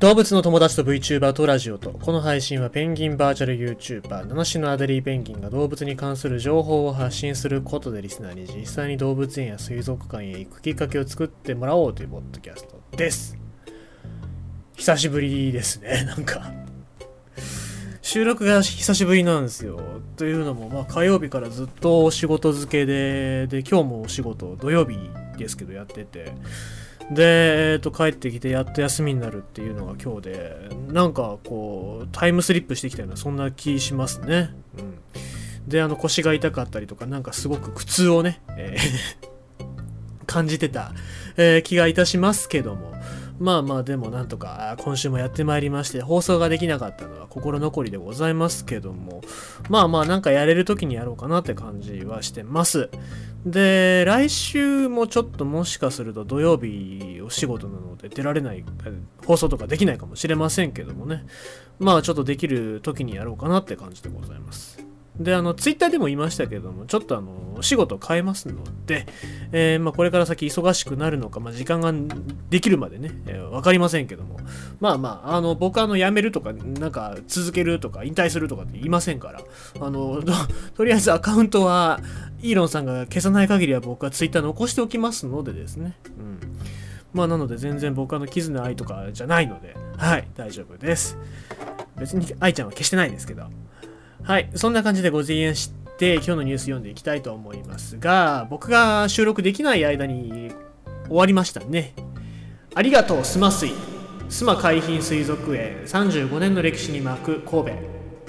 動物の友達と VTuber とラジオと、この配信はペンギンバーチャル YouTuber 七種のアデリーペンギンが動物に関する情報を発信することでリスナーに実際に動物園や水族館へ行くきっかけを作ってもらおうというポッドキャストです。久しぶりですね。なんか収録が久しぶりなんですよ。というのも、火曜日からずっとお仕事漬けで今日もお仕事土曜日ですけどやってて、で、帰ってきてやっと休みになるっていうのが今日で、なんかこうタイムスリップしてきたようなそんな気しますね。で、腰が痛かったりとか、なんかすごく苦痛をね、感じてた、気がいたしますけども、でもなんとか今週もやってまいりまして、放送ができなかったのは心残りでございますけども、なんかやれる時にやろうかなって感じはしてます。で、来週もちょっともしかすると土曜日お仕事なので出られない、放送とかできないかもしれませんけどもね、ちょっとできる時にやろうかなって感じでございます。で、ツイッターでも言いましたけども、ちょっとお仕事を変えますので、これから先忙しくなるのか、時間ができるまでね、わかりませんけども、僕は辞めるとか、なんか続けるとか、引退するとかって言いませんから、とりあえずアカウントは、イーロンさんが消さない限りは僕はツイッター残しておきますのでですね、なので全然僕はキズナアイとかじゃないので、はい、大丈夫です。別にアイちゃんは消してないですけど、はい、そんな感じでご提案して今日のニュース読んでいきたいと思いますが、僕が収録できない間に終わりましたね。ありがとうスマ水、スマ海浜水族園35年の歴史に幕神戸。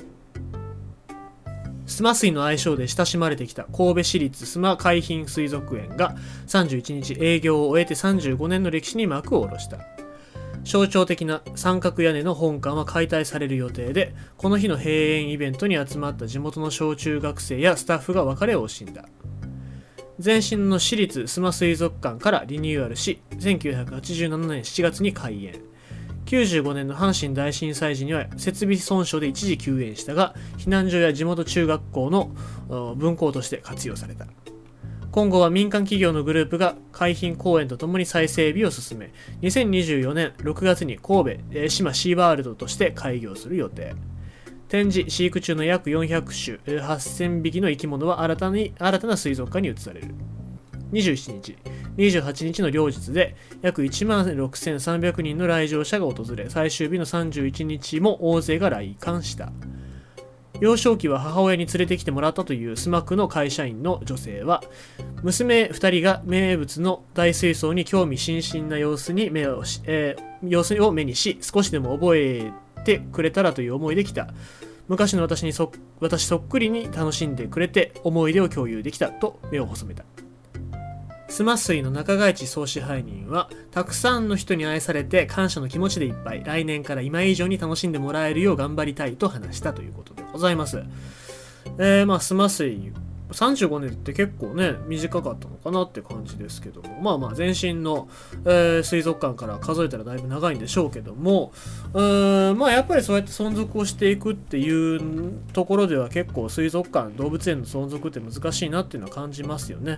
スマ水の愛称で親しまれてきた神戸市立スマ海浜水族園が31日営業を終えて35年の歴史に幕を下ろした。象徴的な三角屋根の本館は解体される予定で、この日の閉園イベントに集まった地元の小中学生やスタッフが別れを惜しんだ。前身の市立須磨水族館からリニューアルし、1987年7月に開園。95年の阪神大震災時には設備損傷で一時休園したが、避難所や地元中学校の分校として活用された。今後は民間企業のグループが海浜公園とともに再整備を進め、2024年6月に神戸志摩シーワールドとして開業する予定。展示・飼育中の約400種8000匹の生き物は新たな水族館に移される。27日、28日の両日で約16,300人の来場者が訪れ、最終日の31日も大勢が来館した。幼少期は母親に連れてきてもらったというスマ区の会社員の女性は、娘2人が名物の大水槽に興味津々な様子を目にし、少しでも覚えてくれたらという思いで来た。昔の私そっくりに楽しんでくれて思い出を共有できたと目を細めた。スマ水の中川市総支配人は、たくさんの人に愛されて感謝の気持ちでいっぱい、来年から今以上に楽しんでもらえるよう頑張りたいと話したということでございます。スマ水35年って結構ね短かったのかなって感じですけども、前身の、水族館から数えたらだいぶ長いんでしょうけども、やっぱりそうやって存続をしていくっていうところでは結構水族館動物園の存続って難しいなっていうのは感じますよね。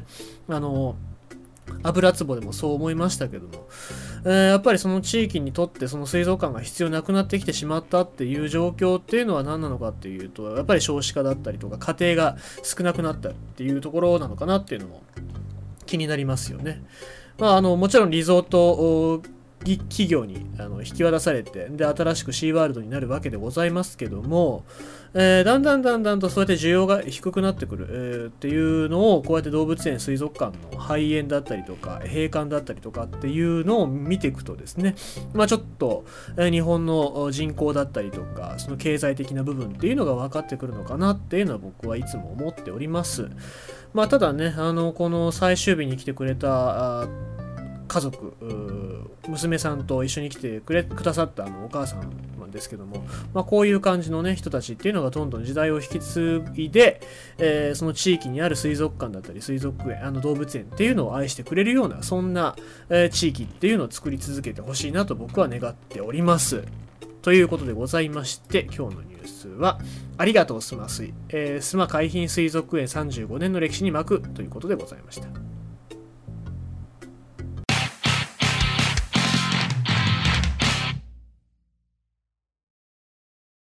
油壺でもそう思いましたけども、やっぱりその地域にとってその水族館が必要なくなってきてしまったっていう状況っていうのは何なのかっていうと、やっぱり少子化だったりとか家庭が少なくなったっていうところなのかなっていうのも気になりますよね。もちろんリゾート企業に引き渡されて、で新しくシーワールドになるわけでございますけども、だんだんとそうやって需要が低くなってくる、っていうのをこうやって動物園水族館の廃園だったりとか閉館だったりとかっていうのを見ていくとですね、ちょっと、日本の人口だったりとかその経済的な部分っていうのが分かってくるのかなっていうのは僕はいつも思っております。ただね、この最終日に来てくれた家族、娘さんと一緒に来てくださったお母さんなんですけども、こういう感じのね人たちっていうのがどんどん時代を引き継いで、その地域にある水族館だったり水族園動物園っていうのを愛してくれるようなそんな、地域っていうのを作り続けてほしいなと僕は願っております。ということでございまして、今日のニュースはありがとうスマ水、スマ海浜水族園35年の歴史に幕ということでございました。